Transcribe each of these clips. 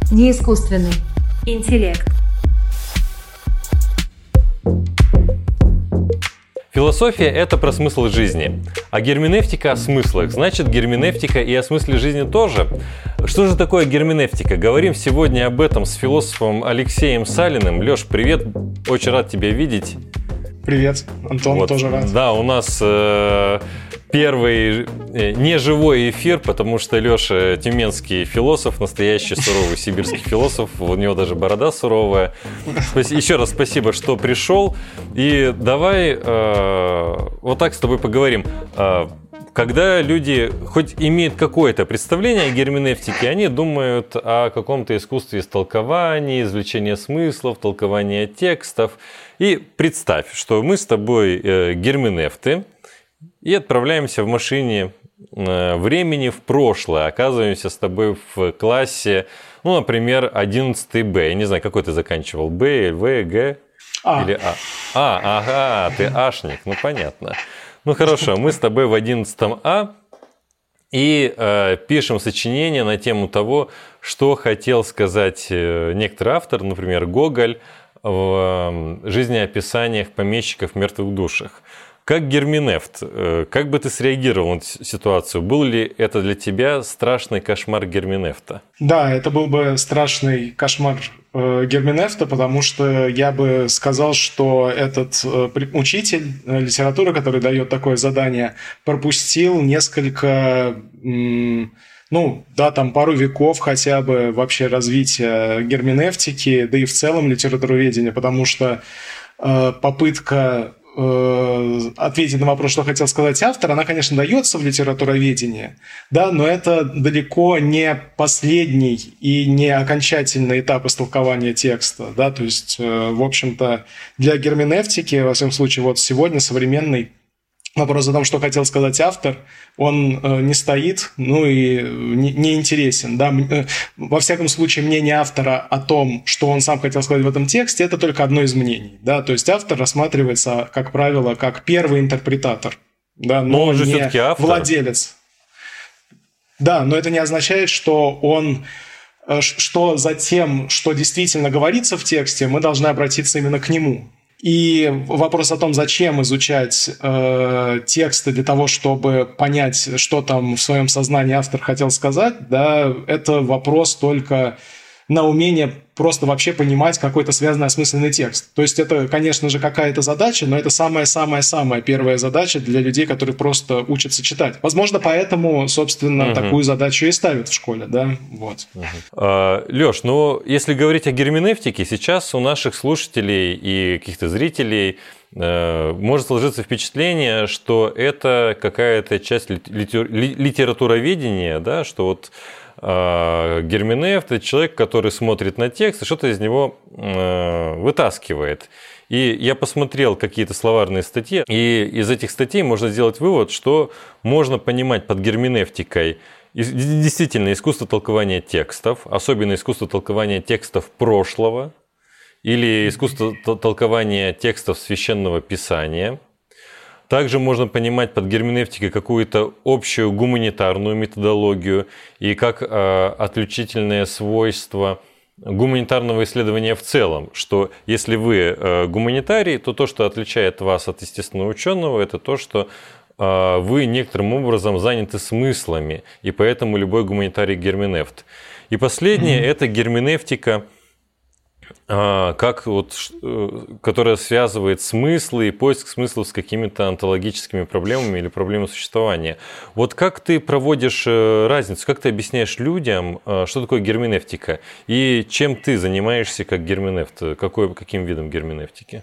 не искусственный интеллект. Философия – это про смысл жизни, а герменевтика – о смыслах. Значит, герменевтика и о смысле жизни тоже. Что же такое герменевтика? Говорим сегодня об этом с философом Алексеем Салиным. Лёш, привет, очень рад тебя видеть. Привет, Антон, тоже рад. Да, у нас первый неживой эфир, потому что Лёша тюменский философ, настоящий суровый сибирский философ, у него даже борода суровая. Еще раз спасибо, что пришел. И давай вот так с тобой поговорим. Когда люди хоть имеют какое-то представление о герменевтике, они думают о каком-то искусстве истолкования, извлечения смыслов, толкования текстов. И представь, что мы с тобой герменевты и отправляемся в машине времени в прошлое. Оказываемся с тобой в классе, ну, например, 11 Б. Я не знаю, какой ты заканчивал? Б, В, Г? Или А? Ага, ты ашник, ну понятно. Ну хорошо, мы с тобой в 11 А и пишем сочинение на тему того, что хотел сказать некоторый автор, например, Гоголь, в жизнеописаниях помещиков в мертвых душах. Как герменевт, как бы ты среагировал на эту ситуацию? Был ли это для тебя страшный кошмар герменевта? Да, это был бы страшный кошмар герменевта, потому что я бы сказал, что этот учитель литературы, который дает такое задание, пропустил несколько, пару веков хотя бы вообще развития герменевтики, да и в целом литературоведения, потому что попытка ответить на вопрос, что хотел сказать автор, она, конечно, дается в литературоведении, да, но это далеко не последний и не окончательный этап истолкования текста, да, то есть, в общем-то, для герменевтики, во всяком случае, вот сегодня современный вопрос о том, что хотел сказать автор, он не стоит, ну и не интересен. Да? Во всяком случае, мнение автора о том, что он сам хотел сказать в этом тексте, это только одно из мнений. Да? То есть автор рассматривается, как правило, как первый интерпретатор, да? Но он же не все-таки автор. Владелец. Да, но это не означает, что за тем, что действительно говорится в тексте, мы должны обратиться именно к нему. И вопрос о том, зачем изучать тексты для того, чтобы понять, что там в своем сознании автор хотел сказать, да, это вопрос только на умение просто вообще понимать какой-то связанный осмысленный текст. То есть это, конечно же, какая-то задача, но это самая-самая-самая первая задача для людей, которые просто учатся читать. Возможно, поэтому, собственно, такую задачу и ставят в школе, да, вот. Лёш, ну, если говорить о герменевтике, сейчас у наших слушателей и каких-то зрителей может сложиться впечатление, что это какая-то часть литературоведения, да, что вот герменевт – это человек, который смотрит на текст и что-то из него вытаскивает. И я посмотрел какие-то словарные статьи, и из этих статей можно сделать вывод, что можно понимать под герменевтикой действительно искусство толкования текстов, особенно искусство толкования текстов прошлого или искусство толкования текстов священного писания. Также можно понимать под герменевтикой какую-то общую гуманитарную методологию и как отличительное свойство гуманитарного исследования в целом, что если вы гуманитарий, то то, что отличает вас от естественного ученого, это то, что вы некоторым образом заняты смыслами, и поэтому любой гуманитарий герменевт. И последнее – это герменевтика, которая связывает смыслы и поиск смыслов с какими-то онтологическими проблемами или проблемами существования. Вот как ты проводишь разницу, как ты объясняешь людям, что такое герменевтика, и чем ты занимаешься как герменевт, каким видом герменевтики?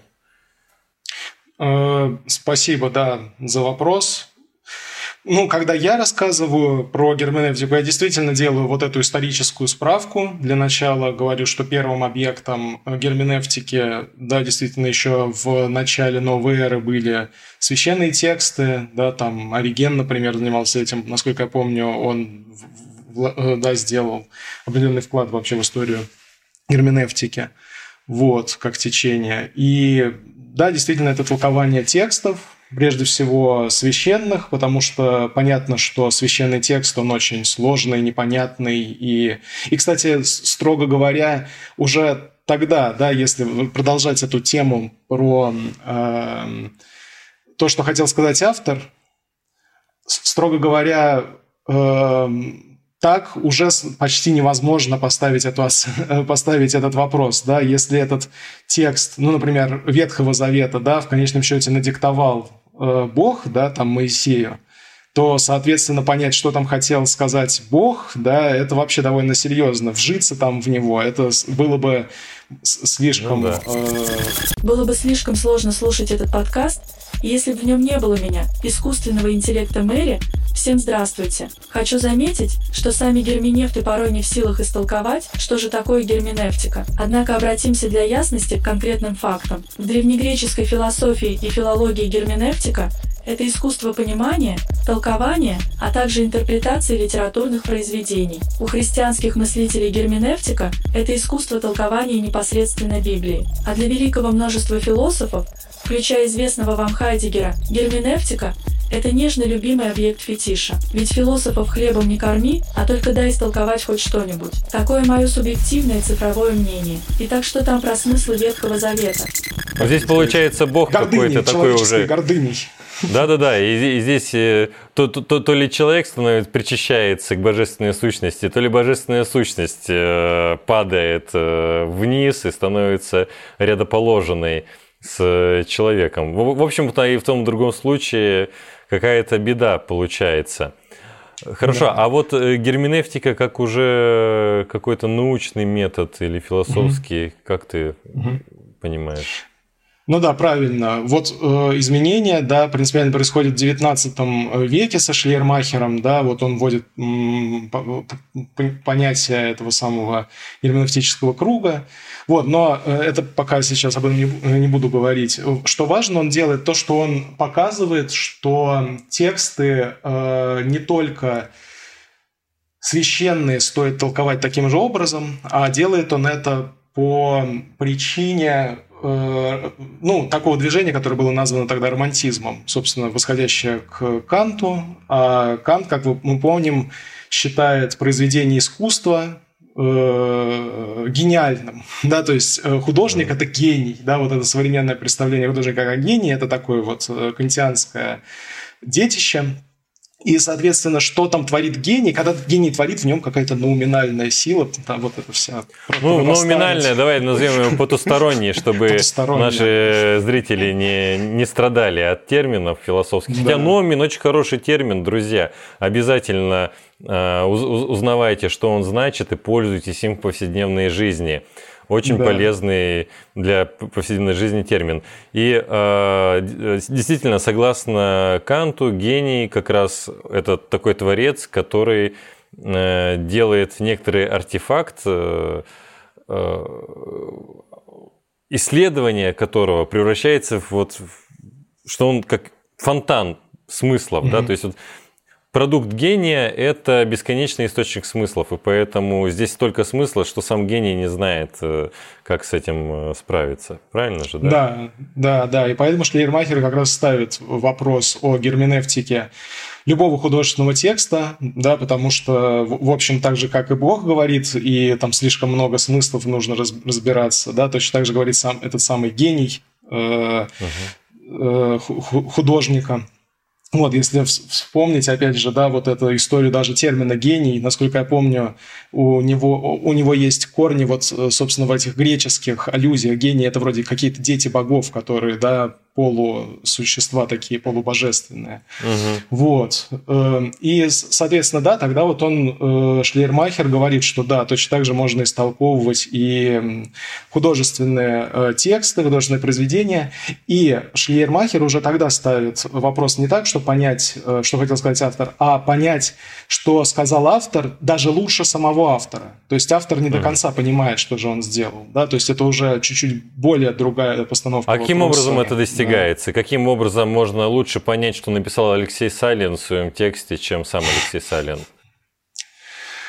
Спасибо, да, за вопрос. Когда я рассказываю про герменевтику, я действительно делаю вот эту историческую справку. Для начала говорю, что первым объектом герменевтики, да, действительно, еще в начале новой эры были священные тексты, да, там Ориген, например, занимался этим, насколько я помню, он, да, сделал определенный вклад вообще в историю герменевтики, вот, как течение. И, да, действительно, это толкование текстов, прежде всего священных, потому что понятно, что священный текст, он очень сложный, непонятный. И кстати, строго говоря, уже тогда, да, если продолжать эту тему про то, что хотел сказать автор, строго говоря, так уже почти невозможно поставить этот вопрос, да, если этот текст, ну, например, Ветхого Завета, да, в конечном счете надиктовал Бог, да, там Моисею, то, соответственно, понять, что там хотел сказать Бог, да, это вообще довольно серьезно. Вжиться там в него, это было бы слишком... Ну, да. Было бы слишком сложно слушать этот подкаст, если бы в нем не было меня, искусственного интеллекта Мэри. Всем здравствуйте. Хочу заметить, что сами герменевты порой не в силах истолковать, что же такое герменевтика. Однако обратимся для ясности к конкретным фактам. В древнегреческой философии и филологии герменевтика – это искусство понимания, толкования, а также интерпретации литературных произведений. У христианских мыслителей герменевтика – это искусство толкования непосредственно Библии. А для великого множества философов, включая известного вам Хайдеггера, герменевтика – это нежно любимый объект фетиша. Ведь философов хлебом не корми, а только дай истолковать хоть что-нибудь. Такое мое субъективное цифровое мнение. Итак, что там про смыслы Ветхого Завета? Здесь получается Бог какой-то такой уже... Гордыней. Да-да-да, и здесь то ли человек причащается к божественной сущности, то ли божественная сущность падает вниз и становится рядоположенной с человеком. В общем-то, и в том и в другом случае какая-то беда получается. Хорошо, да. А вот герменевтика как уже какой-то научный метод или философский, как ты понимаешь? Ну да, правильно. Вот изменения, да, принципиально происходят в XIX веке со Шлейермахером, да, вот он вводит понятие этого самого герменевтического круга. Вот, но это пока сейчас об этом не буду говорить. Что важно, он делает то, что он показывает, что тексты не только священные стоит толковать таким же образом, а делает он это по причине такого движения, которое было названо тогда романтизмом, собственно, восходящее к Канту. А Кант, как мы помним, считает произведение искусства гениальным, да, то есть художник – это гений, да, вот это современное представление художника как гений – это такое вот кантианское детище. И, соответственно, что там творит гений, когда гений творит, в нем какая-то ноуминальная сила, там вот эта вся... Ноуминальная, давай назовем его потусторонней, чтобы наши зрители не страдали от терминов философских. Да. Хотя ноумин очень хороший термин, друзья. Обязательно узнавайте, что он значит, и пользуйтесь им в повседневной жизни. Очень полезный для повседневной жизни термин. И действительно, согласно Канту, гений как раз это такой творец, который делает некоторый артефакт, исследование которого превращается что он как фонтан смыслов, да, то есть продукт гения – это бесконечный источник смыслов, и поэтому здесь столько смысла, что сам гений не знает, как с этим справиться. Правильно же, да? Да. И поэтому Шлейермахер как раз ставит вопрос о герменевтике любого художественного текста, да, потому что, в общем, так же, как и Бог говорит, и там слишком много смыслов нужно разбираться, да, точно так же говорит этот самый гений художника. Вот, если вспомнить, опять же, да, вот эту историю даже термина «гений», насколько я помню, у него есть корни вот, собственно, в этих греческих аллюзиях. Гений – это вроде какие-то дети богов, которые, да, полусущества такие, полубожественные. Вот. И, соответственно, да, тогда вот Шлейермахер говорит, что да, точно так же можно истолковывать и художественные тексты, художественные произведения. И Шлейермахер уже тогда ставит вопрос не так, чтобы понять, что хотел сказать автор, а понять, что сказал автор, даже лучше самого автора. То есть автор не до конца понимает, что же он сделал. Да? То есть это уже чуть-чуть более другая постановка вопроса. Каким образом это достигается? Каким образом можно лучше понять, что написал Алексей Салин в своем тексте, чем сам Алексей Салин?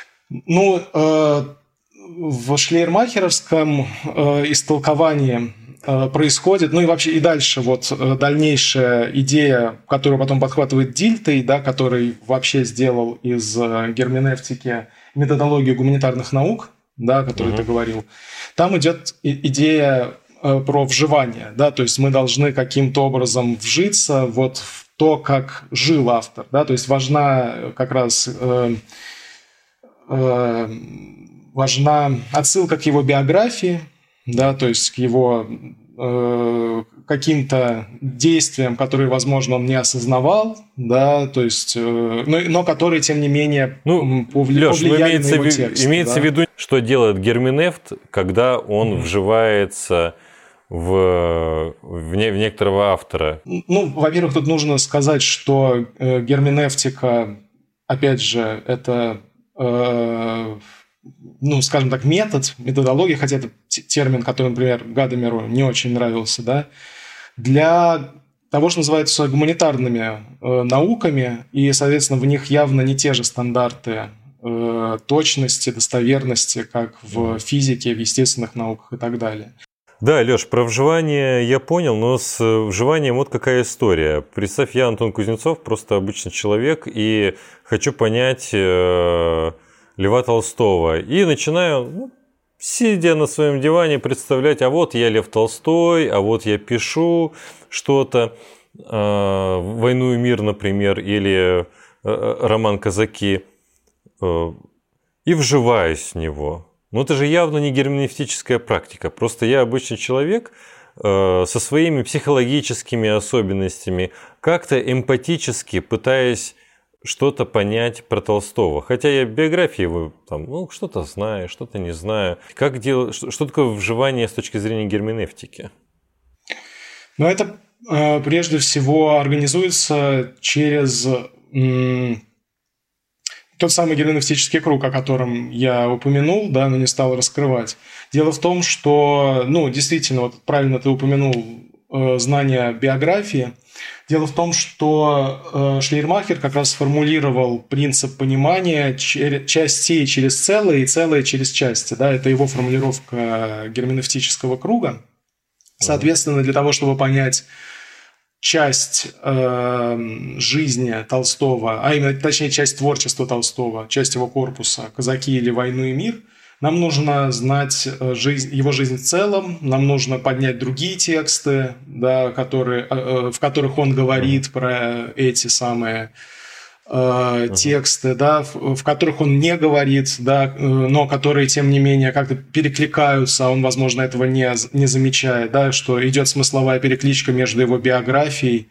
В шлейермахеровском истолковании происходит, ну и вообще и дальше вот дальнейшая идея, которую потом подхватывает Дильтей, да, который вообще сделал из герменевтики методологию гуманитарных наук, да, о которой ты говорил, там идет идея про вживание, да, то есть мы должны каким-то образом вжиться вот в то, как жил автор, да, то есть важна как раз важна отсылка к его биографии, да, то есть к его каким-то действиям, которые, возможно, он не осознавал, да, то есть, но которые, тем не менее, повлияли на его текст. Имеется в виду, что делает герменевт, когда он вживается в некоторого автора? Ну, во-первых, тут нужно сказать, что герменевтика, опять же, это... ну, скажем так, методология, хотя это термин, который, например, Гадамеру не очень нравился, да, для того, что называется гуманитарными науками, и, соответственно, в них явно не те же стандарты точности, достоверности, как в физике, в естественных науках и так далее. Да, Лёш, про вживание я понял, но с вживанием вот какая история. Представь, я Антон Кузнецов, просто обычный человек, и хочу понять Льва Толстого. И начинаю, сидя на своем диване, представлять, а вот я Лев Толстой, а вот я пишу что-то, «Войну и мир», например, или роман «Казаки», и вживаюсь в него. Но это же явно не герменевтическая практика. Просто я обычный человек со своими психологическими особенностями, как-то эмпатически пытаясь что-то понять про Толстого. Хотя я биографии его там, что-то знаю, что-то не знаю. Что такое вживание с точки зрения герменевтики? Ну, это прежде всего организуется через тот самый герменевтический круг, о котором я упомянул, да, но не стал раскрывать. Дело в том, что, действительно, вот правильно ты упомянул знание биографии. Дело в том, что Шлейермахер как раз сформулировал принцип понимания частей через целое и целое через части. Да, это его формулировка герменевтического круга. Соответственно, для того, чтобы понять часть жизни Толстого, а именно, точнее, часть творчества Толстого, часть его корпуса «Казаки» или «Войну и мир», нам нужно знать его жизнь в целом, нам нужно поднять другие тексты, да, в которых он говорит про эти самые тексты, да, в которых он не говорит, да, но которые, тем не менее, как-то перекликаются, а он, возможно, этого не замечает, да, что идет смысловая перекличка между его биографией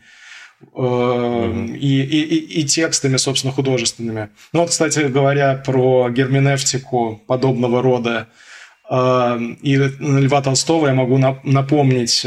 и текстами, собственно, художественными. Ну вот, кстати говоря, про герменевтику подобного рода и Льва Толстого я могу напомнить,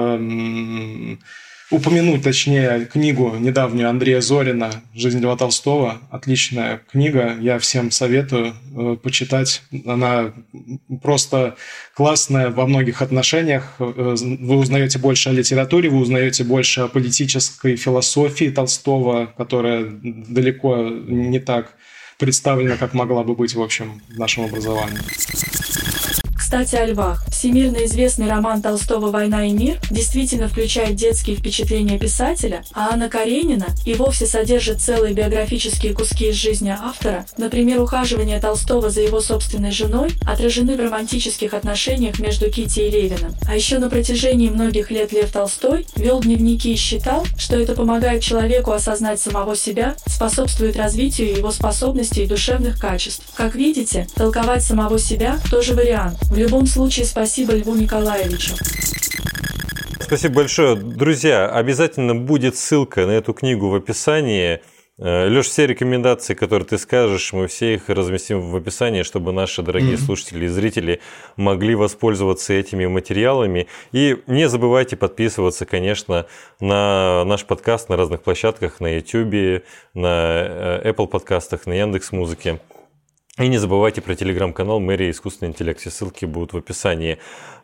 упомянуть, точнее, книгу недавнюю Андрея Зорина «Жизнь Льва Толстого». Отличная книга, я всем советую почитать. Она просто классная во многих отношениях. Вы узнаете больше о литературе, вы узнаете больше о политической философии Толстого, которая далеко не так представлена, как могла бы быть, в общем, в нашем образовании. Кстати, о львах. Всемирно известный роман Толстого «Война и мир» действительно включает детские впечатления писателя, а Анна Каренина и вовсе содержит целые биографические куски из жизни автора. Например, ухаживания Толстого за его собственной женой отражены в романтических отношениях между Китти и Левиным. А еще на протяжении многих лет Лев Толстой вел дневники и считал, что это помогает человеку осознать самого себя, способствует развитию его способностей и душевных качеств. Как видите, толковать самого себя тоже вариант. В любом случае, спасибо Льву Николаевичу. Спасибо большое. Друзья, обязательно будет ссылка на эту книгу в описании. Лёш, все рекомендации, которые ты скажешь, мы все их разместим в описании, чтобы наши дорогие слушатели и зрители могли воспользоваться этими материалами. И не забывайте подписываться, конечно, на наш подкаст на разных площадках, на YouTube, на Apple подкастах, на Яндекс.Музыке. И не забывайте про телеграм-канал «Мэрия. Искусственный интеллект». Все ссылки будут в описании.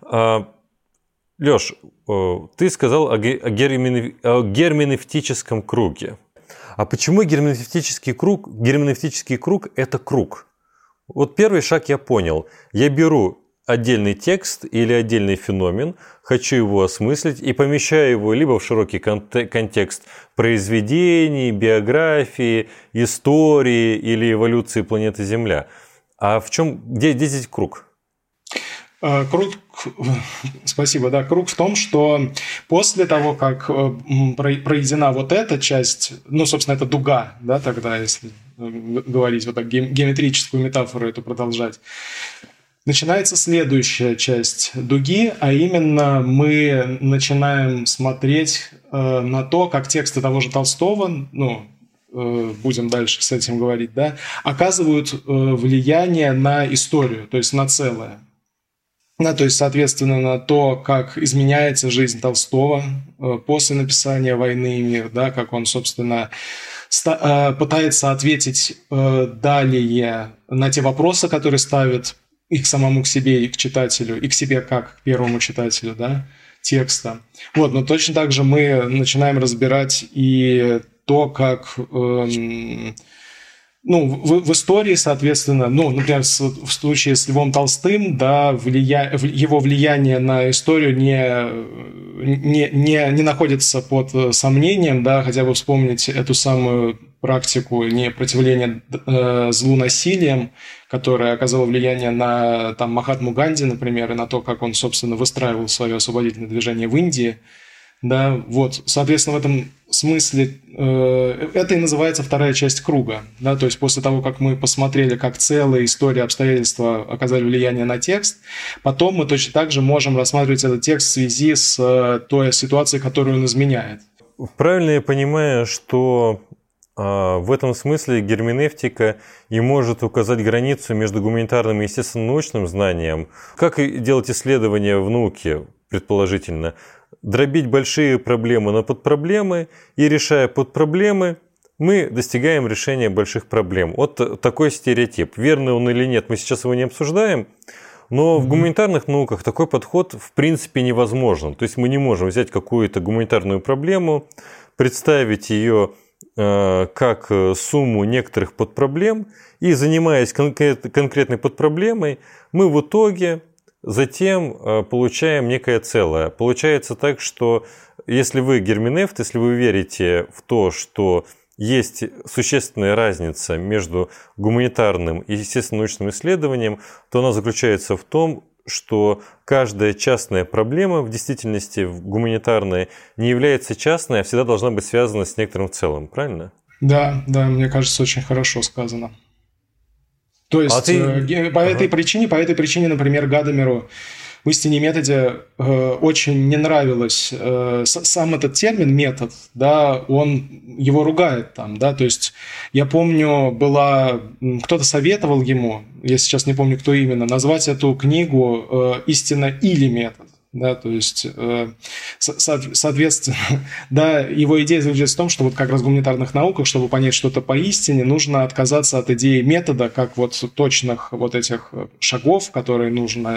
Лёш, ты сказал о герменевтическом круге. А почему герменевтический круг? Герменевтический круг – это круг. Вот первый шаг я понял. Я беру отдельный текст или отдельный феномен, хочу его осмыслить и помещаю его либо в широкий контекст произведений, биографии, истории или эволюции планеты Земля. А где здесь круг? Спасибо. Да, круг в том, что после того, как пройдена вот эта часть, ну, собственно, это дуга, да, тогда, если говорить вот так, геометрическую метафору эту продолжать, начинается следующая часть дуги, а именно мы начинаем смотреть на то, как тексты того же Толстого, ну, будем дальше с этим говорить, да, оказывают влияние на историю, то есть на целое. Да, то есть, соответственно, на то, как изменяется жизнь Толстого после написания «Войны и мир», да, как он, собственно, пытается ответить далее на те вопросы, которые ставят и к самому к себе, и к читателю, и к себе как к первому читателю, да, текста. Вот, но точно так же мы начинаем разбирать и то, как... Ну, в истории, соответственно, ну, например, в случае с Львом Толстым, да, его влияние на историю не находится под сомнением, да, хотя бы вспомнить эту самую практику непротивления злу насилием, которая оказала влияние на там, Махатму Ганди, например, и на то, как он, собственно, выстраивал свое освободительное движение в Индии. Да, вот, соответственно, в этом смысле это и называется вторая часть круга, да, то есть после того, как мы посмотрели, как целая история, обстоятельства оказали влияние на текст, потом мы точно так же можем рассматривать этот текст в связи с той ситуацией, которую он изменяет. Правильно я понимаю, что в этом смысле герменевтика и может указать границу между гуманитарным и естественно-научным знанием? Как делать исследования в науке, предположительно? Дробить большие проблемы на подпроблемы, и решая подпроблемы, мы достигаем решения больших проблем. Вот такой стереотип. Верный он или нет, мы сейчас его не обсуждаем, но в гуманитарных науках такой подход в принципе невозможен. То есть мы не можем взять какую-то гуманитарную проблему, представить ее как сумму некоторых подпроблем, и занимаясь конкретной подпроблемой, мы в итоге... Затем получаем некое целое. Получается так, что если вы герменевт, если вы верите в то, что есть существенная разница между гуманитарным и естественно-научным исследованием, то она заключается в том, что каждая частная проблема в действительности гуманитарная не является частной, а всегда должна быть связана с некоторым целым. Правильно? Да, мне кажется, очень хорошо сказано. То есть по этой причине, например, Гадамеру в «Истине и методе» очень не нравилось сам этот термин «метод», да, он его ругает там, да, то есть я помню, кто-то советовал ему, я сейчас не помню, кто именно, назвать эту книгу «Истина или метод». Да, то есть, соответственно, да, его идея заключается в том, что вот как раз в гуманитарных науках, чтобы понять что-то поистине, нужно отказаться от идеи метода, как вот точных вот этих шагов, которые нужно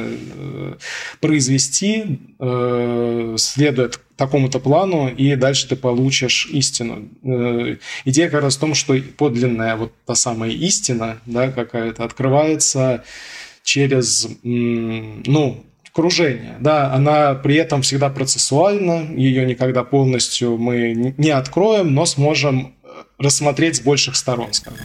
произвести, следуя такому-то плану, и дальше ты получишь истину. Идея как раз в том, что подлинная вот та самая истина, да, какая-то открывается через, окружение, да, она при этом всегда процессуальна, ее никогда полностью мы не откроем, но сможем рассмотреть с больших сторон, скажем.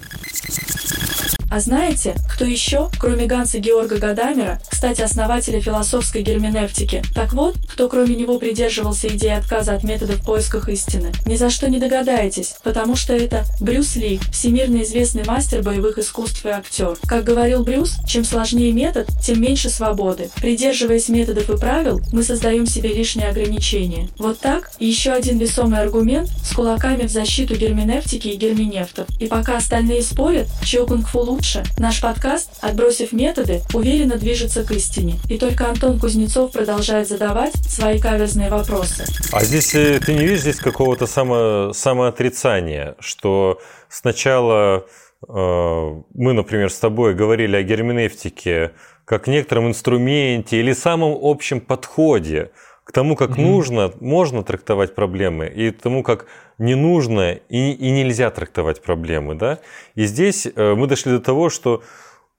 А знаете, кто еще, кроме Ганса Георга Гадамера, кстати, основателя философской герменевтики? Так вот, кто кроме него придерживался идеи отказа от метода в поисках истины? Ни за что не догадаетесь, потому что это Брюс Ли, всемирно известный мастер боевых искусств и актер. Как говорил Брюс, чем сложнее метод, тем меньше свободы. Придерживаясь методов и правил, мы создаем себе лишние ограничения. Вот так, и еще один весомый аргумент с кулаками в защиту герменевтики и герменевтов. И пока остальные спорят, чье кунг-фу лучше, наш подкаст, отбросив методы, уверенно движется к истине. И только Антон Кузнецов продолжает задавать свои каверзные вопросы. А здесь ты не видишь здесь какого-то самоотрицания, что сначала мы, например, с тобой говорили о герменевтике как некотором инструменте или самом общем подходе к тому, как можно трактовать проблемы, и к тому, как не нужно и нельзя трактовать проблемы. Да? И здесь мы дошли до того, что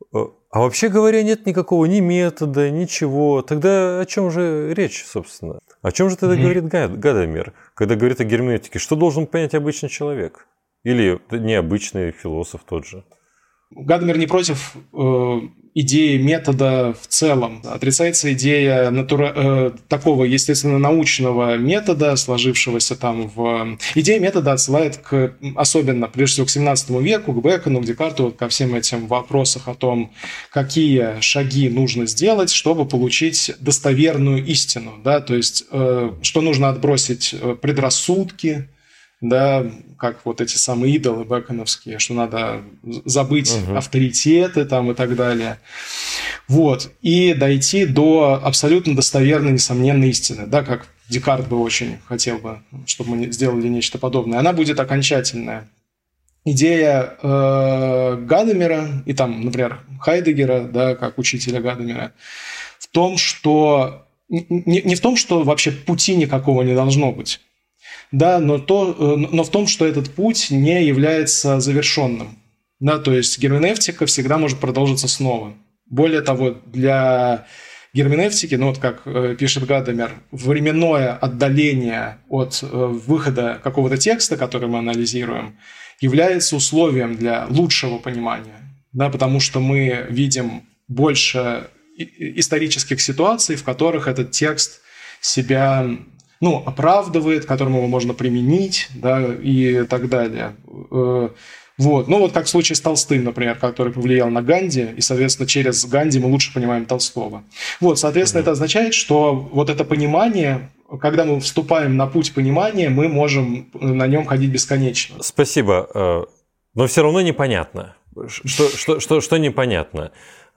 А вообще говоря, нет никакого ни метода, ничего. Тогда о чем же речь, собственно? О чем же тогда говорит Гадамер, когда говорит о герменевтике? Что должен понять обычный человек? Или необычный философ тот же? Гадамер не против идеи метода в целом. Отрицается идея такого естественно-научного метода, сложившегося там в... Идея метода отсылает особенно, прежде всего, к 17 веку, к Бекону, к Декарту, ко всем этим вопросам о том, какие шаги нужно сделать, чтобы получить достоверную истину. Да? То есть, что нужно отбросить предрассудки, да, как вот эти самые идолы бэконовские, что надо забыть авторитеты там и так далее. Вот. И дойти до абсолютно достоверной, несомненной истины, да, как Декарт бы очень хотел бы, чтобы мы сделали нечто подобное. Она будет окончательная. Идея Гадамера и там, например, Хайдеггера, да, как учителя Гадамера, в том, что не в том, что вообще пути никакого не должно быть, да, но в том, что этот путь не является завершенным. Да, то есть герменевтика всегда может продолжиться снова. Более того, для герменевтики, ну вот как пишет Гадамер, временное отдаление от выхода какого-то текста, который мы анализируем, является условием для лучшего понимания. Да, потому что мы видим больше исторических ситуаций, в которых этот текст себя... оправдывает, которому его можно применить, да, и так далее. Вот. Ну, вот как в случае с Толстым, например, который повлиял на Ганди, и, соответственно, через Ганди мы лучше понимаем Толстого. Вот, соответственно, это означает, что вот это понимание, когда мы вступаем на путь понимания, мы можем на нем ходить бесконечно. Спасибо. Но все равно непонятно. Что непонятно?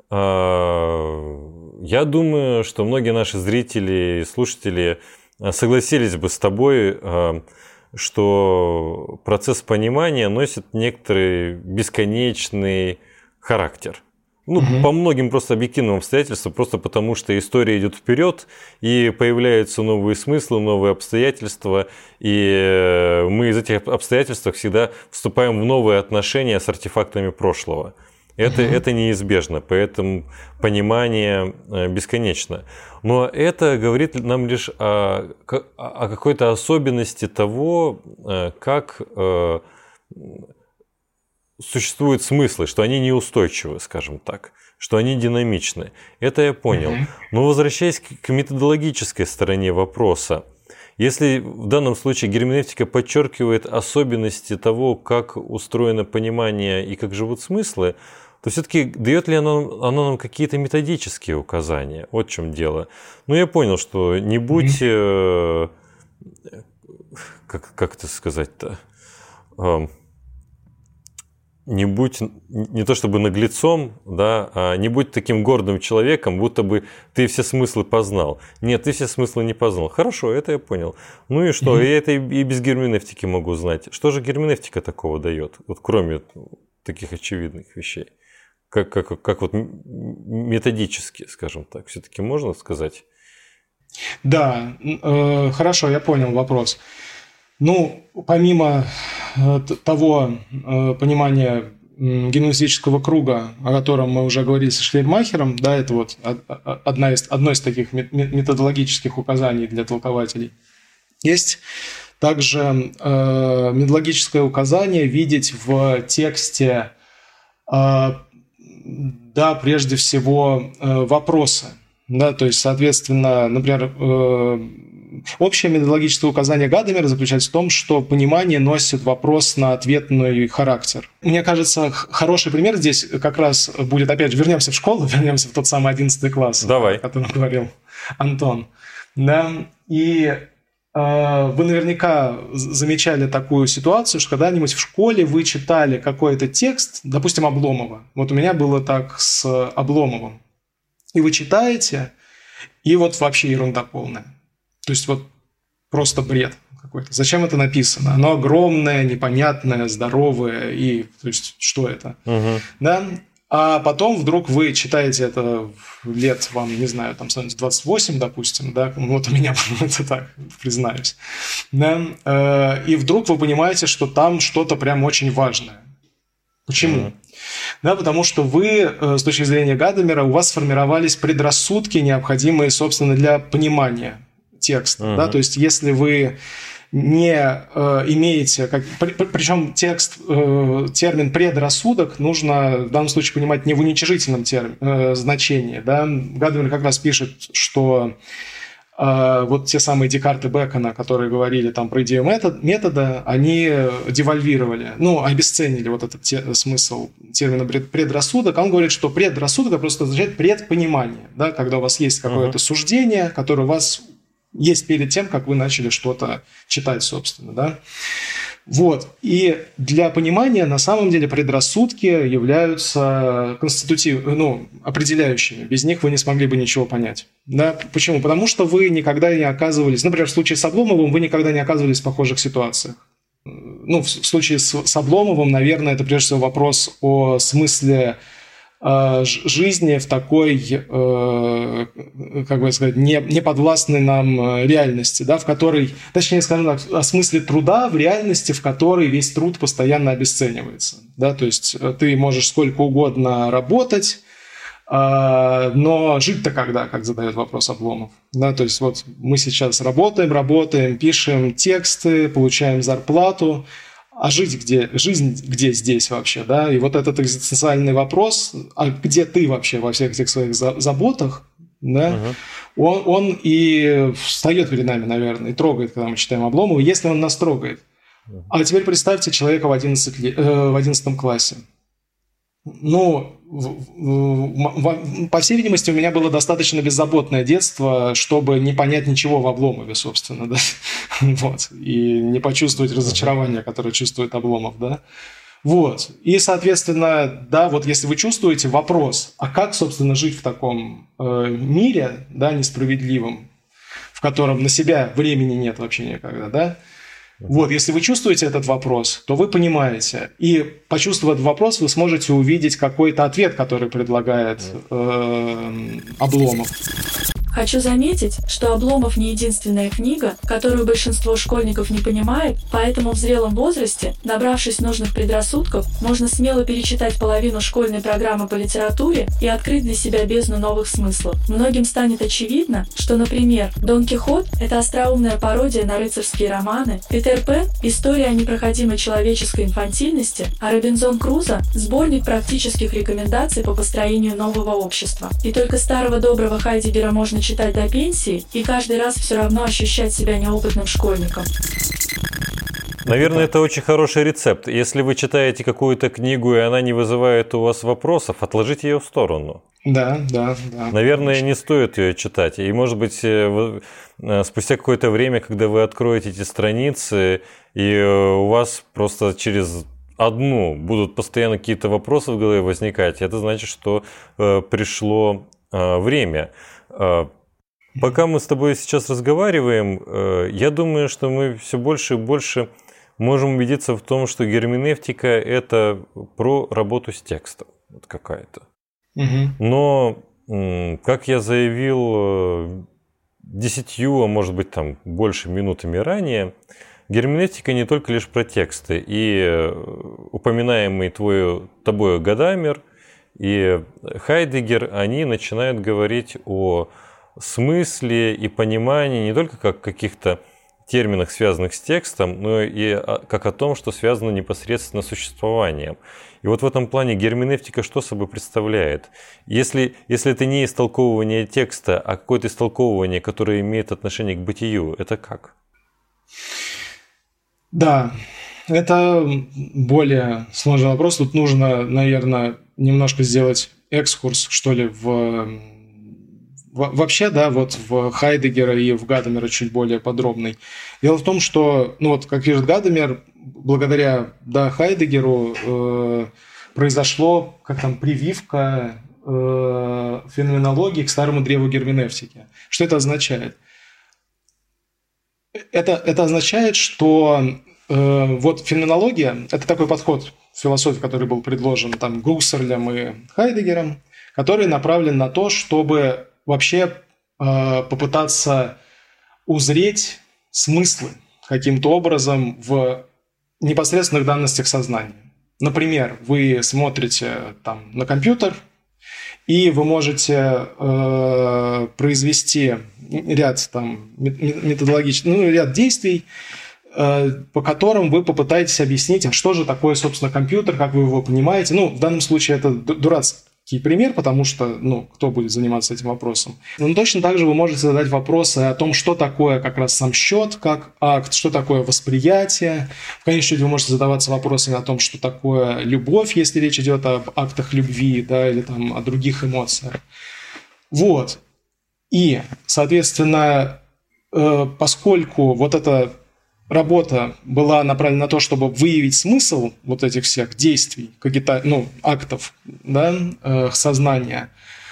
Я думаю, что многие наши зрители и слушатели согласились бы с тобой, что процесс понимания носит некоторый бесконечный характер. По многим просто объективным обстоятельствам, просто потому что история идет вперед, и появляются новые смыслы, новые обстоятельства, и мы из этих обстоятельств всегда вступаем в новые отношения с артефактами прошлого. Это неизбежно, поэтому понимание бесконечно. Но это говорит нам лишь о какой-то особенности того, как существуют смыслы, что они неустойчивы, скажем так, что они динамичны. Это я понял. Но возвращаясь к методологической стороне вопроса, если в данном случае герменевтика подчеркивает особенности того, как устроено понимание и как живут смыслы, то все-таки дает ли оно нам какие-то методические указания? Вот в чем дело. Я понял, что не будь, как это сказать-то, не будь не то чтобы наглецом, да, а не будь таким гордым человеком, будто бы ты все смыслы познал. Нет, ты все смыслы не познал. Хорошо, это я понял. Ну и что? Я это и без герменевтики могу знать. Что же герменевтика такого дает? Вот кроме таких очевидных вещей. Как вот методически, скажем так, все-таки можно сказать? Да, хорошо, я понял вопрос. Помимо того понимания герменевтического круга, о котором мы уже говорили со Шлейермахером, да, это вот одно из таких методологических указаний для толкователей. Есть также методологическое указание видеть в тексте, да, прежде всего, вопросы. Да, то есть, соответственно, например, общее методологическое указание Гадамера заключается в том, что понимание носит вопрос на ответный характер. Мне кажется, хороший пример здесь как раз будет, опять же, вернемся в школу, вернемся в тот самый 11 класс, Давай. О котором говорил Антон. Да, и вы наверняка замечали такую ситуацию, что когда-нибудь в школе вы читали какой-то текст, допустим, Обломова. Вот у меня было так с Обломовым. И вы читаете, и вот вообще ерунда полная. То есть вот просто бред какой-то. Зачем это написано? Оно огромное, непонятное, здоровое, и то есть что это? Да? А потом вдруг вы читаете это лет, вам, не знаю, там становится 28, допустим, да, вот у меня это так, признаюсь, да, и вдруг вы понимаете, что там что-то прям очень важное. Почему? Да, потому что вы, с точки зрения Гадамера, у вас сформировались предрассудки, необходимые, собственно, для понимания текста. Да? То есть если вы не имеете, причем термин предрассудок нужно в данном случае понимать не в уничижительном значении. Да? Гадамер как раз пишет, что вот те самые Декарт и Бэкона, которые говорили там про идею метода, они девальвировали, обесценили вот этот смысл термина предрассудок. Он говорит, что предрассудок просто означает предпонимание, да? Когда у вас есть какое-то суждение, которое у вас есть перед тем, как вы начали что-то читать, собственно, да. Вот. И для понимания, на самом деле, предрассудки являются определяющими. Без них вы не смогли бы ничего понять. Да? Почему? Потому что вы никогда не оказывались... Например, в случае с Обломовым вы никогда не оказывались в похожих ситуациях. В случае с Обломовым, наверное, это прежде всего вопрос о смысле жизни в такой, неподвластной нам реальности, да, в которой, точнее, скажем так, о смысле труда в реальности, в которой весь труд постоянно обесценивается. Да, то есть ты можешь сколько угодно работать, но жить-то когда, как задает вопрос Обломов. Да, то есть вот мы сейчас работаем, пишем тексты, получаем зарплату, а жизнь где здесь вообще, да? И вот этот экзистенциальный вопрос, а где ты вообще во всех этих своих заботах, да? Он и встает перед нами, наверное, и трогает, когда мы читаем Обломова, если он нас трогает. А теперь представьте человека в 11 классе. По всей видимости, у меня было достаточно беззаботное детство, чтобы не понять ничего в Обломове, собственно, да, вот, и не почувствовать разочарование, которое чувствует Обломов, да, вот, и, соответственно, да, вот если вы чувствуете вопрос, а как, собственно, жить в таком мире, да, несправедливом, в котором на себя времени нет вообще никогда, да, вот, если вы чувствуете этот вопрос, то вы понимаете. И, почувствовав этот вопрос, вы сможете увидеть какой-то ответ, который предлагает Обломов. Хочу заметить, что «Обломов» не единственная книга, которую большинство школьников не понимает, поэтому в зрелом возрасте, набравшись нужных предрассудков, можно смело перечитать половину школьной программы по литературе и открыть для себя бездну новых смыслов. Многим станет очевидно, что, например, «Дон Кихот» — это остроумная пародия на рыцарские романы, «Питер Пен» — история о непроходимой человеческой инфантильности, а «Робинзон Крузо» — сборник практических рекомендаций по построению нового общества. И только старого доброго Хайдеггера можно читать до пенсии и каждый раз все равно ощущать себя неопытным школьником. Наверное, это очень хороший рецепт. Если вы читаете какую-то книгу, и она не вызывает у вас вопросов, отложите ее в сторону. Да. Наверное, не стоит ее читать. И, может быть, спустя какое-то время, когда вы откроете эти страницы, и у вас просто через одну будут постоянно какие-то вопросы в голове возникать, это значит, что пришло время. Пока мы с тобой сейчас разговариваем, я думаю, что мы все больше и больше можем убедиться в том, что герменевтика – это про работу с текстом вот какая-то. Но, как я заявил 10, а может быть там больше минутами ранее, герменевтика не только лишь про тексты. И упоминаемый тобою Гадамер и Хайдеггер, они начинают говорить о смысле и понимании не только как каких-то терминах, связанных с текстом, но и как о том, что связано непосредственно с существованием. И вот в этом плане герменевтика что собой представляет? Если это не истолковывание текста, а какое-то истолковывание, которое имеет отношение к бытию, это как? Да, это более сложный вопрос. Тут нужно, наверное, немножко сделать экскурс, что ли, вообще, да, вот в Хайдеггера и в Гадамера чуть более подробный. Дело в том, что, как пишет Гадамер, благодаря Хайдеггеру произошло прививка феноменологии к старому древу герменевтики. Что это означает? Это означает, что феноменология – это такой подход в философии, который был предложен Гуссерлем и Хайдеггером, который направлен на то, чтобы вообще попытаться узреть смыслы каким-то образом в непосредственных данностях сознания. Например, вы смотрите там на компьютер, и вы можете произвести ряд там, ряд действий, по которым вы попытаетесь объяснить, а что же такое, собственно, компьютер, как вы его понимаете. В данном случае это дурацкий пример, потому что, кто будет заниматься этим вопросом. Но точно так же вы можете задать вопросы о том, что такое как раз сам счет, как акт, что такое восприятие. В конечном счете вы можете задаваться вопросами о том, что такое любовь, если речь идет об актах любви, да, или там о других эмоциях. Вот. И, соответственно, поскольку вот эта работа была направлена на то, чтобы выявить смысл вот этих всех действий, актов, да, сознания,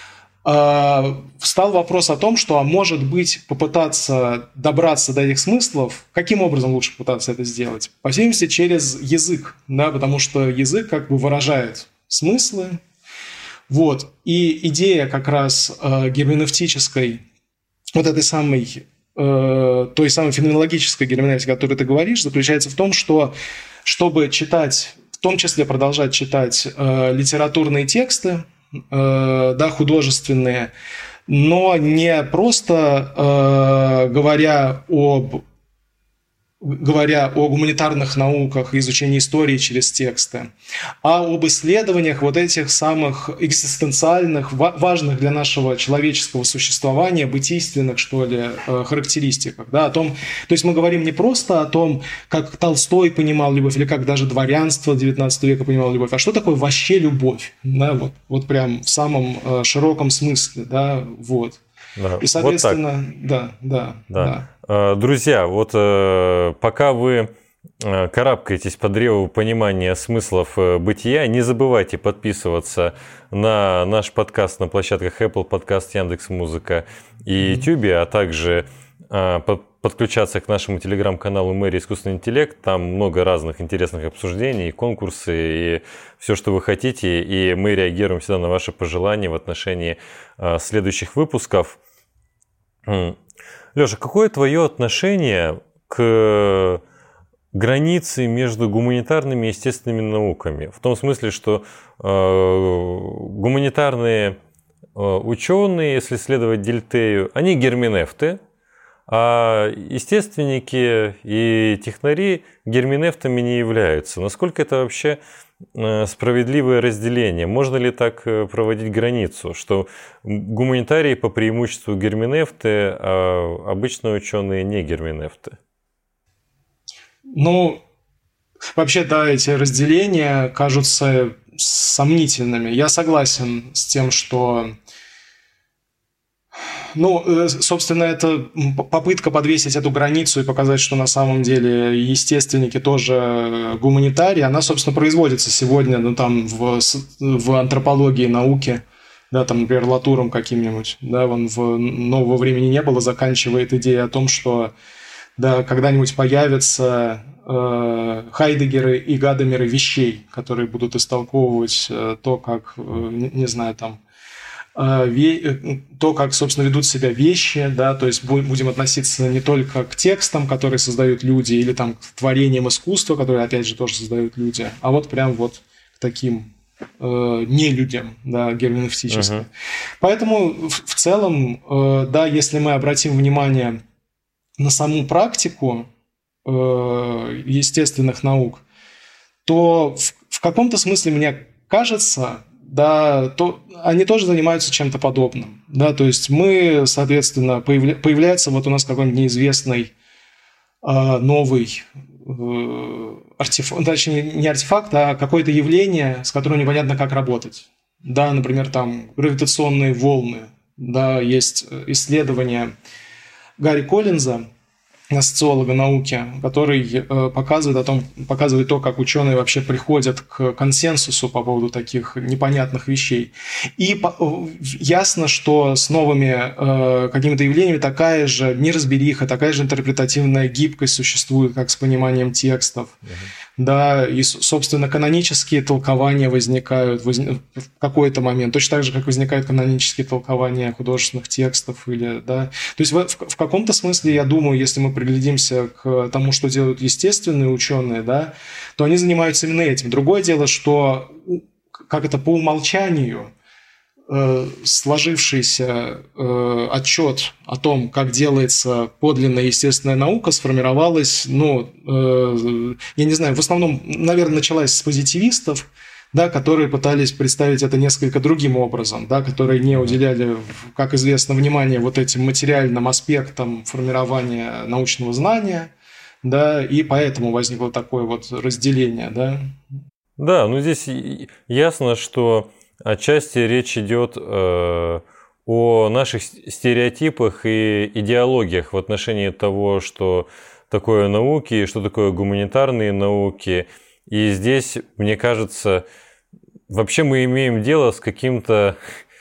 встал вопрос о том, что, может быть, попытаться добраться до этих смыслов, каким образом лучше попытаться это сделать? По всей видимости, через язык, да, потому что язык как бы выражает смыслы. Вот. И идея как раз герменевтической, вот этой самой той самой феноменологической герменевтики, о которой ты говоришь, заключается в том, что чтобы читать, в том числе продолжать читать литературные тексты, да, художественные, но не просто говоря о гуманитарных науках и изучении истории через тексты, а об исследованиях вот этих самых экзистенциальных, важных для нашего человеческого существования, бытийственных, что ли, характеристиках. Да, то есть мы говорим не просто о том, как Толстой понимал любовь, или как даже дворянство XIX века понимало любовь, а что такое вообще любовь, да, вот прям в самом широком смысле, да, вот. Да, и, соответственно, вот да. Друзья, вот пока вы карабкаетесь по древу понимания смыслов бытия, не забывайте подписываться на наш подкаст на площадках Apple Podcast, Яндекс.Музыка и YouTube, а также подключаться к нашему телеграм-каналу «Мэри Искусственный интеллект». Там много разных интересных обсуждений, конкурсы и все, что вы хотите. И мы реагируем всегда на ваши пожелания в отношении следующих выпусков. Леша, какое твое отношение к границе между гуманитарными и естественными науками? В том смысле, что гуманитарные ученые, если следовать Дельтею, они герменевты, а естественники и технари герменевтами не являются. Насколько это вообще справедливое разделение? Можно ли так проводить границу, что гуманитарии по преимуществу герменевты, а обычные ученые не герменевты? Вообще, да, эти разделения кажутся сомнительными. Я согласен с тем, что собственно, это попытка подвесить эту границу и показать, что на самом деле естественники тоже гуманитарии, она, собственно, производится сегодня, в антропологии науки, да, там, например, Латуром каким-нибудь, да, он в «Нового времени не было» заканчивает идеей о том, что, да, когда-нибудь появятся Хайдеггеры и Гадамеры вещей, которые будут истолковывать то, как, не знаю, там, то, как, собственно, ведут себя вещи, да, то есть будем относиться не только к текстам, которые создают люди, или там к творениям искусства, которые, опять же, тоже создают люди, а вот прям вот к таким нелюдям, да, герменевтическим. Поэтому в целом, да, если мы обратим внимание на саму практику естественных наук, то в каком-то смысле, мне кажется, да, то они тоже занимаются чем-то подобным. Да, то есть мы, соответственно, появляется вот у нас какой-нибудь неизвестный новый артефакт, точнее, не артефакт, а какое-то явление, с которым непонятно, как работать. Да, например, там гравитационные волны. Да, есть исследование Гарри Коллинза, социолога науки, который показывает то, как ученые вообще приходят к консенсусу по поводу таких непонятных вещей. И ясно, что с новыми какими-то явлениями такая же неразбериха, такая же интерпретативная гибкость существует, как с пониманием текстов. да, и, собственно, канонические толкования возникают в какой-то момент, точно так же, как возникают канонические толкования художественных текстов, или, да. То есть в каком-то смысле, я думаю, если мы приглядимся к тому, что делают естественные ученые, да, то они занимаются именно этим. Другое дело, что как это по умолчанию сложившийся отчет о том, как делается подлинная естественная наука, сформировалась, я не знаю, в основном, наверное, началась с позитивистов, да, которые пытались представить это несколько другим образом, да, которые не уделяли, как известно, внимания вот этим материальным аспектам формирования научного знания, да, и поэтому возникло такое вот разделение, да. Да, здесь ясно, что отчасти речь идет о наших стереотипах и идеологиях в отношении того, что такое науки, что такое гуманитарные науки. И здесь, мне кажется, вообще мы имеем дело с каким-то,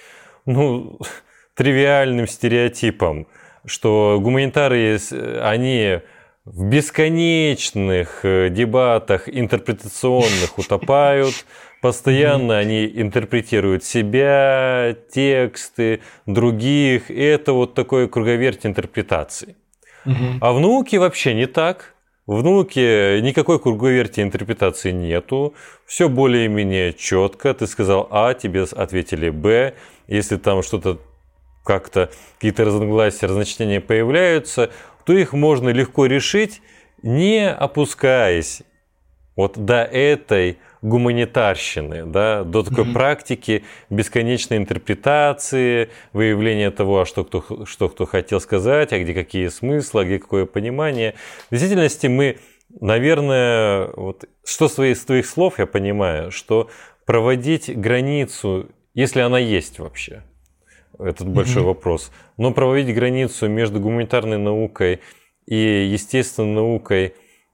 тривиальным стереотипом, что гуманитарии, они в бесконечных дебатах интерпретационных утопают, постоянно они интерпретируют себя, тексты других, и это вот такой круговерть интерпретаций. А в науке вообще не так. В науке никакой круговерти интерпретации нету, все более-менее четко. Ты сказал А, тебе ответили Б. Если там что-то как-то, какие-то разногласия, разночтения появляются, то их можно легко решить, не опускаясь вот до этой гуманитарщины, да, до такой практики бесконечной интерпретации, выявления того, что кто хотел сказать, а где какие смыслы, а где какое понимание. В действительности мы, наверное, что из твоих слов я понимаю, что проводить границу, если она есть вообще, этот большой вопрос, но проводить границу между гуманитарной наукой и естественной наукой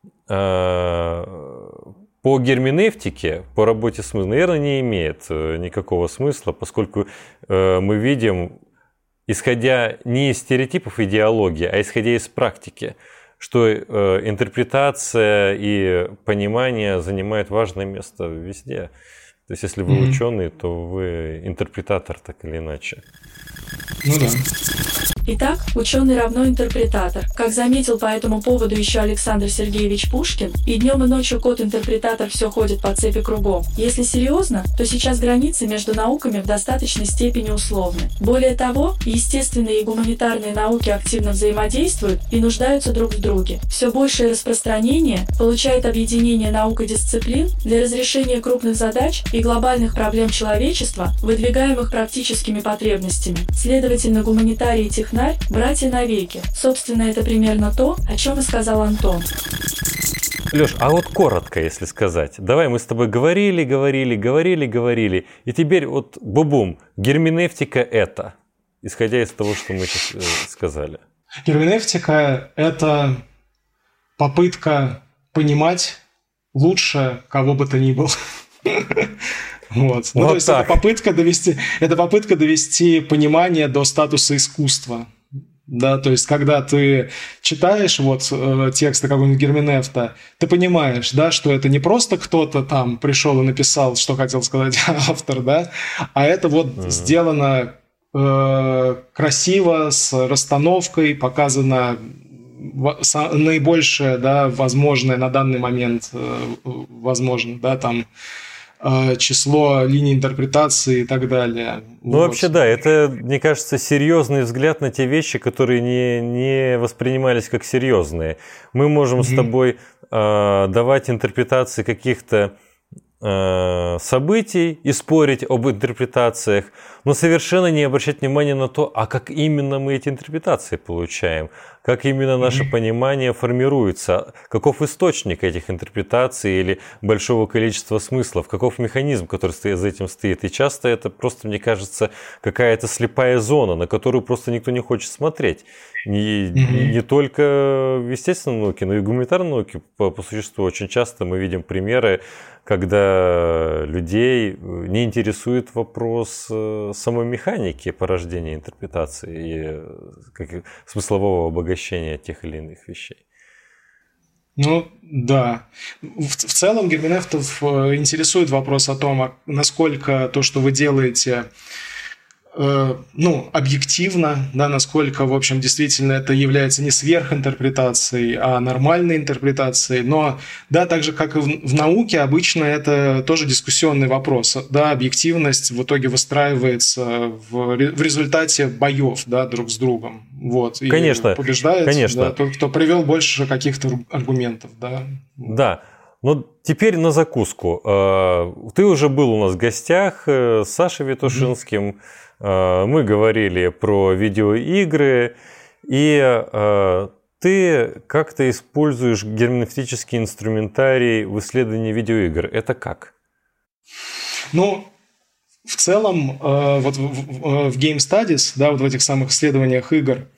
по герменевтике, по работе с смыслом, наверное, не имеет никакого смысла, поскольку мы видим, исходя не из стереотипов идеологии, а исходя из практики, что интерпретация и понимание занимают важное место везде. То есть, если вы ученый, то вы интерпретатор, так или иначе. Да. Итак, ученый равно интерпретатор. Как заметил по этому поводу еще Александр Сергеевич Пушкин, и днем и ночью кот-интерпретатор все ходит по цепи кругом. Если серьезно, то сейчас границы между науками в достаточной степени условны. Более того, естественные и гуманитарные науки активно взаимодействуют и нуждаются друг в друге. Все большее распространение получает объединение наук и дисциплин для разрешения крупных задач и глобальных проблем человечества, выдвигаемых практическими потребностями. Следовательно, гуманитарий и технарь – братья навеки. Собственно, это примерно то, о чем и сказал Антон. Лёш, а вот коротко, если сказать. Давай, мы с тобой говорили, и теперь вот бубум, герменевтика это, исходя из того, что мы сейчас сказали. Герменевтика – это попытка понимать лучше кого бы то ни было. Вот. То есть это попытка довести понимание до статуса искусства. Да, то есть, когда ты читаешь тексты какого-нибудь Герменевта, ты понимаешь, да, что это не просто кто-то там пришел и написал, что хотел сказать автор, да, а это сделано красиво, с расстановкой, показано наибольшее, да, возможное на данный момент, возможно, да, там, число линий интерпретации и так далее. Вообще, да, это, мне кажется, серьезный взгляд на те вещи, которые не воспринимались как серьезные. Мы можем с тобой давать интерпретации каких-то событий и спорить об интерпретациях, но совершенно не обращать внимания на то, а как именно мы эти интерпретации получаем, как именно наше понимание формируется, каков источник этих интерпретаций или большого количества смыслов, каков механизм, который за этим стоит. И часто это просто, мне кажется, какая-то слепая зона, на которую просто никто не хочет смотреть. Не только в естественной науке, но и в гуманитарной науке по существу. Очень часто мы видим примеры, когда людей не интересует вопрос самой механики порождения интерпретации и смыслового обогащения тех или иных вещей. Ну, да. В целом герменевтов интересует вопрос о том, насколько то, что вы делаете, объективно, да, насколько, в общем, действительно это является не сверхинтерпретацией, а нормальной интерпретацией. Но, да, так же, как и в науке, обычно это тоже дискуссионный вопрос. Да, объективность в итоге выстраивается в результате боев, да, друг с другом. Вот. И конечно, побеждает, конечно. Да, тот, кто привел больше каких-то аргументов. Да. Да. Но теперь на закуску. Ты уже был у нас в гостях с Сашей Ветушинским. Мы говорили про видеоигры, и ты как-то используешь герменевтический инструментарий в исследовании видеоигр. Это как? Ну, в целом, вот в Game Studies, да, вот в этих самых исследованиях игр,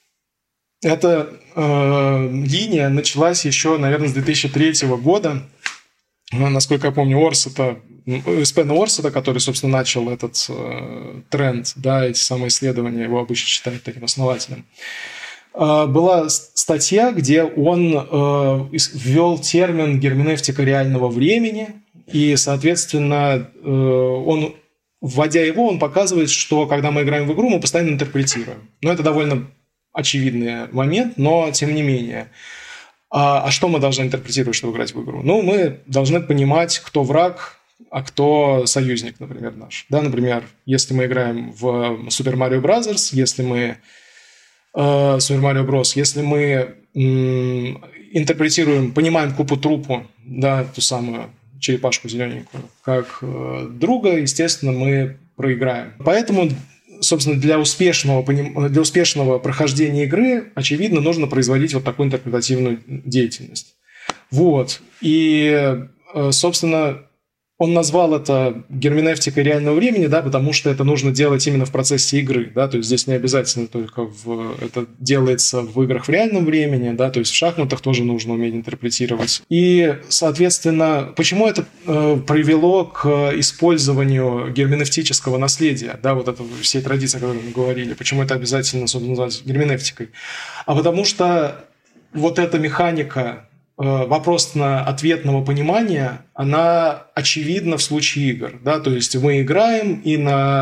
эта линия началась еще, наверное, с 2003 года. Насколько я помню, Спена Орсета, который, собственно, начал этот тренд, да, эти самые исследования, его обычно считают таким основателем. Была статья, где он ввел термин герменевтика реального времени, и, соответственно, он, вводя его, он показывает, что когда мы играем в игру, мы постоянно интерпретируем. Ну, это довольно очевидный момент, но тем не менее. А что мы должны интерпретировать, чтобы играть в игру? Ну, мы должны понимать, кто враг, а кто союзник, например, наш. Да, например, если мы играем в Super Mario Bros., если мы Super Mario Bros., если мы интерпретируем, понимаем Купу-Трупу, да, ту самую черепашку зелененькую, как друга, естественно, мы проиграем. Поэтому, собственно, для успешного прохождения игры, очевидно, нужно производить вот такую интерпретативную деятельность. Вот. И, собственно, он назвал это герменевтикой реального времени, да, потому что это нужно делать именно в процессе игры. Да, то есть здесь не обязательно только это делается в играх в реальном времени, да, то есть в шахматах тоже нужно уметь интерпретировать. И, соответственно, почему это привело к использованию герменевтического наследия, да, вот это всей традиции, о которой мы говорили, почему это обязательно, собственно, называется герменевтикой? А потому что вот эта механика вопросно-ответного понимания, она очевидна в случае игр. Да? То есть мы играем, и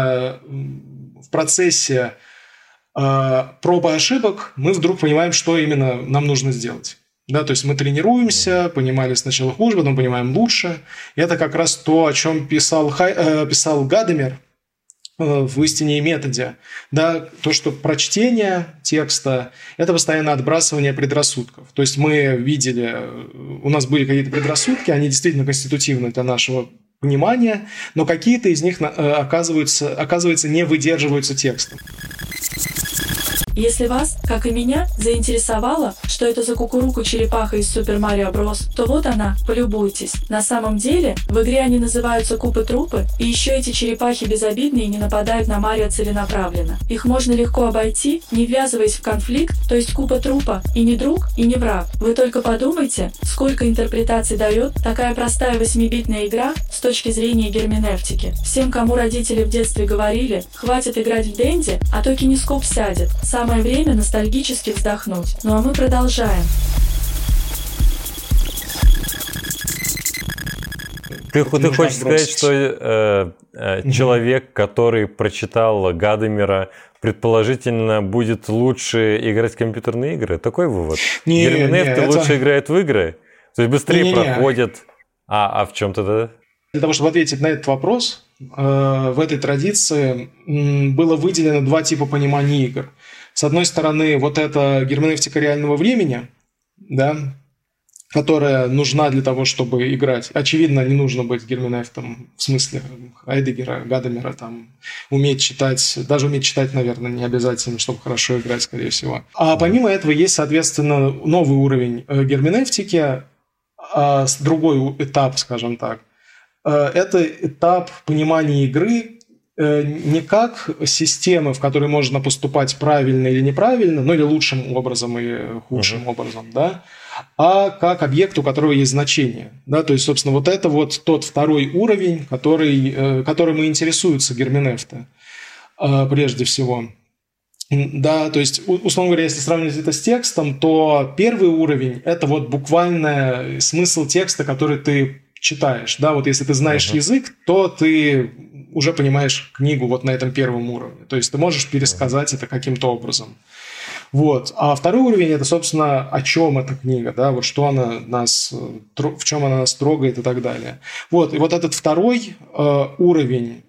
в процессе проб и ошибок мы вдруг понимаем, что именно нам нужно сделать. Да? То есть мы тренируемся, понимали сначала хуже, потом понимаем лучше. И это как раз то, о чем писал Гадамер в «Истине и методе», да, то, что прочтение текста – это постоянное отбрасывание предрассудков. То есть мы видели, у нас были какие-то предрассудки, они действительно конститутивны для нашего понимания, но какие-то из них, оказывается, не выдерживаются текстом. Если вас, как и меня, заинтересовало, что это за кукуруку черепаха из Super Mario Bros., то вот она, полюбуйтесь. На самом деле, в игре они называются Купы-Трупы, и еще эти черепахи безобидные и не нападают на Марио целенаправленно. Их можно легко обойти, не ввязываясь в конфликт, то есть Купа-Трупа и не друг, и не враг. Вы только подумайте, сколько интерпретаций дает такая простая 8-битная игра с точки зрения герменевтики. Всем, кому родители в детстве говорили, хватит играть в Денди, а то кинескоп сядет. Самое время ностальгически вздохнуть. Ну а мы продолжаем. Ты хочешь сказать, что человек, который прочитал Гадамера, предположительно будет лучше играть в компьютерные игры? Такой вывод? Герменевты лучше играют в игры? То есть быстрее проходят? А в чем тогда? Для того, чтобы ответить на этот вопрос, в этой традиции было выделено два типа понимания игр. С одной стороны, вот эта герменевтика реального времени, да, которая нужна для того, чтобы играть. Очевидно, не нужно быть герменевтом в смысле Хайдеггера, Гадамера, там, уметь читать, даже уметь читать, наверное, не обязательно, чтобы хорошо играть, скорее всего. А помимо этого есть, соответственно, новый уровень герменевтики, другой этап, скажем так. Это этап понимания игры не как системы, в которой можно поступать правильно или неправильно, ну или лучшим образом и худшим образом, да, а как объект, у которого есть значение. Да? То есть, собственно, вот это вот тот второй уровень, которым и интересуются герменевты прежде всего. Да, то есть, условно говоря, если сравнивать это с текстом, то первый уровень – это вот буквально смысл текста, который ты читаешь. Да, вот если ты знаешь язык, то ты уже понимаешь книгу вот на этом первом уровне. То есть ты можешь пересказать это каким-то образом. Вот. А второй уровень – это, собственно, о чем эта книга, да, вот что она нас, в чем она нас трогает и так далее. Вот. И вот этот второй уровень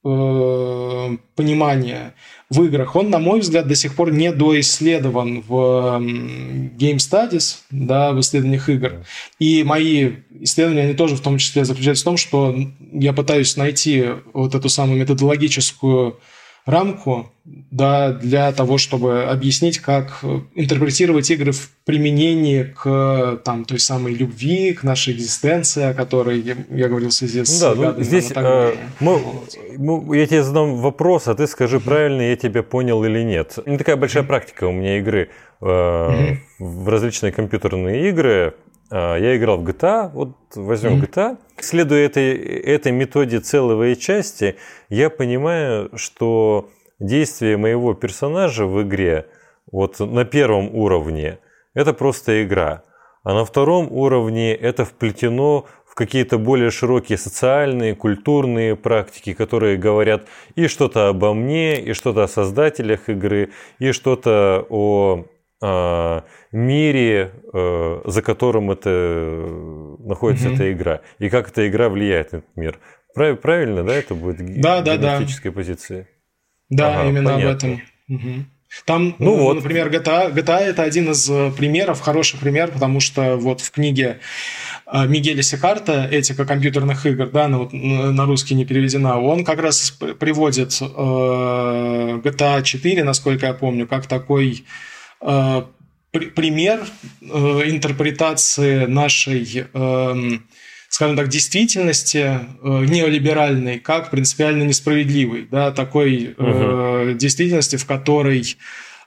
понимания в играх, он, на мой взгляд, до сих пор не доисследован в Game Studies, да, в исследованиях игр. И мои исследования, они тоже в том числе заключаются в том, что я пытаюсь найти вот эту самую методологическую рамку, да, для того, чтобы объяснить, как интерпретировать игры в применении к там, той самой любви, к нашей экзистенции, о которой я говорил в связи с... Да, ну, здесь я тебе задам вопрос, а ты скажи, правильно я тебя понял или нет. Не такая большая практика у меня игры в различные компьютерные игры. Я играл в GTA, вот возьмем GTA. Следуя этой методе целого и части, я понимаю, что действие моего персонажа в игре вот на первом уровне – это просто игра, а на втором уровне это вплетено в какие-то более широкие социальные, культурные практики, которые говорят и что-то обо мне, и что-то о создателях игры, и что-то о мире, за которым находится эта игра, и как эта игра влияет на этот мир. Правильно, да, это будет геометрическая позиция? Да, именно понятно. Об этом. Там, например, GTA это один из примеров, хороший пример, потому что вот в книге Мигеля Сикарта «Этика компьютерных игр», да, она вот на русский не переведена, он как раз приводит GTA 4, насколько я помню, как такой пример интерпретации нашей, скажем так, действительности неолиберальной, как принципиально несправедливой, да, такой действительности, в которой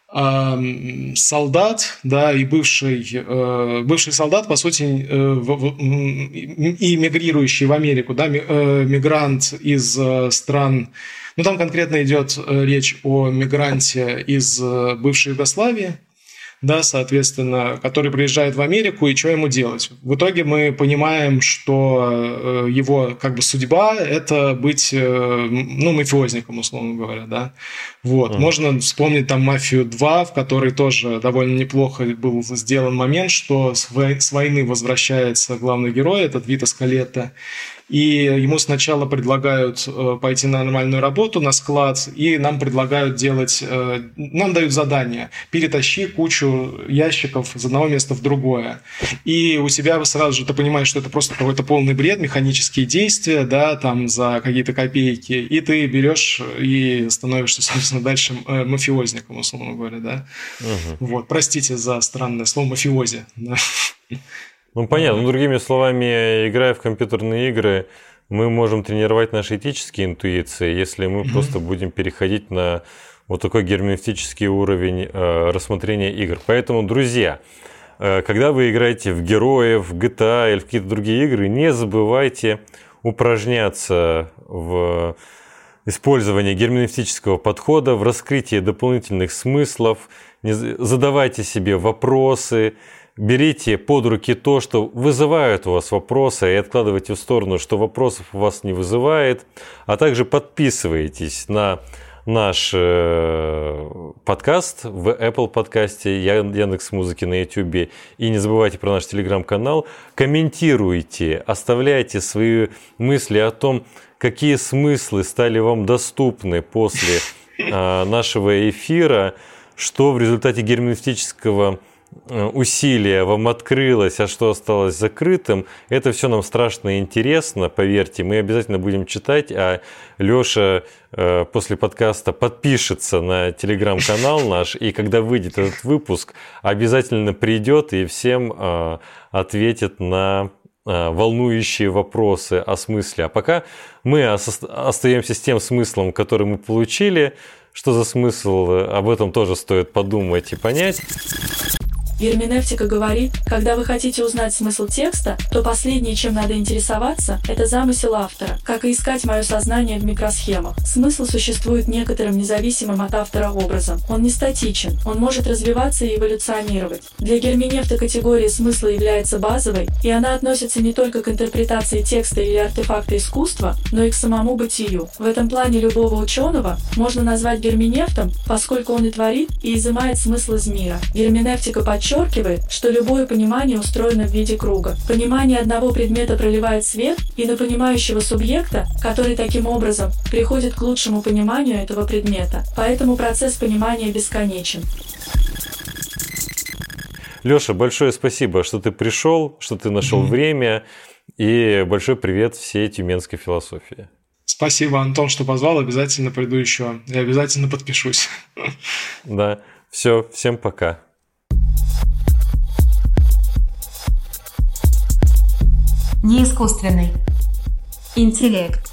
солдат, да, и бывший солдат, по сути, и мигрирующий в Америку, да, мигрант из стран, ну, там конкретно идет речь о мигранте из бывшей Югославии, да, соответственно, который приезжает в Америку, и что ему делать? В итоге мы понимаем, что его как бы судьба – это быть, ну, мафиозником, условно говоря, да. Вот. Можно вспомнить там «Мафию 2», в которой тоже довольно неплохо был сделан момент, что с войны возвращается главный герой, этот Вито Скалетто, и ему сначала предлагают пойти на нормальную работу, на склад, и нам предлагают делать, нам дают задание: перетащи кучу ящиков из одного места в другое. И у себя сразу же ты понимаешь, что это просто какой-то полный бред, механические действия, да, там за какие-то копейки, и ты берешь и становишься, собственно, дальше мафиозником, условно говоря, да. Вот, простите за странное слово «мафиози». Да. Ну, понятно. Другими словами, играя в компьютерные игры, мы можем тренировать наши этические интуиции, если мы просто будем переходить на вот такой герменевтический уровень рассмотрения игр. Поэтому, друзья, когда вы играете в героев, в GTA или в какие-то другие игры, не забывайте упражняться в использовании герменевтического подхода, в раскрытии дополнительных смыслов, задавайте себе вопросы, берите под руки то, что вызывает у вас вопросы, и откладывайте в сторону, что вопросов у вас не вызывает, а также подписывайтесь на наш подкаст в Apple подкасте, Яндекс.Музыке, на YouTube, и не забывайте про наш телеграм-канал, комментируйте, оставляйте свои мысли о том, какие смыслы стали вам доступны после нашего эфира, что в результате герменевтического усилия вам открылось, а что осталось закрытым. Это все нам страшно интересно, поверьте. Мы обязательно будем читать, а Леша после подкаста подпишется на телеграм-канал наш, и когда выйдет этот выпуск, обязательно придет и всем ответит на волнующие вопросы о смысле. А пока мы остаемся с тем смыслом, который мы получили. Что за смысл? Об этом тоже стоит подумать и понять. Герменевтика говорит, когда вы хотите узнать смысл текста, то последнее, чем надо интересоваться, это замысел автора, как и искать мое сознание в микросхемах. Смысл существует некоторым независимым от автора образом. Он не статичен, он может развиваться и эволюционировать. Для герменевта категория смысла является базовой, и она относится не только к интерпретации текста или артефакта искусства, но и к самому бытию. В этом плане любого ученого можно назвать герменевтом, поскольку он и творит, и изымает смысл из мира. Герменевтика подчеркивает, что любое понимание устроено в виде круга. Понимание одного предмета проливает свет и на понимающего субъекта, который таким образом приходит к лучшему пониманию этого предмета. Поэтому процесс понимания бесконечен. Леша, большое спасибо, что ты пришел, что ты нашел время, и большой привет всей тюменской философии. Спасибо, Антон, что позвал. Обязательно приду еще и обязательно подпишусь. Да, все, всем пока. Неискусственный интеллект.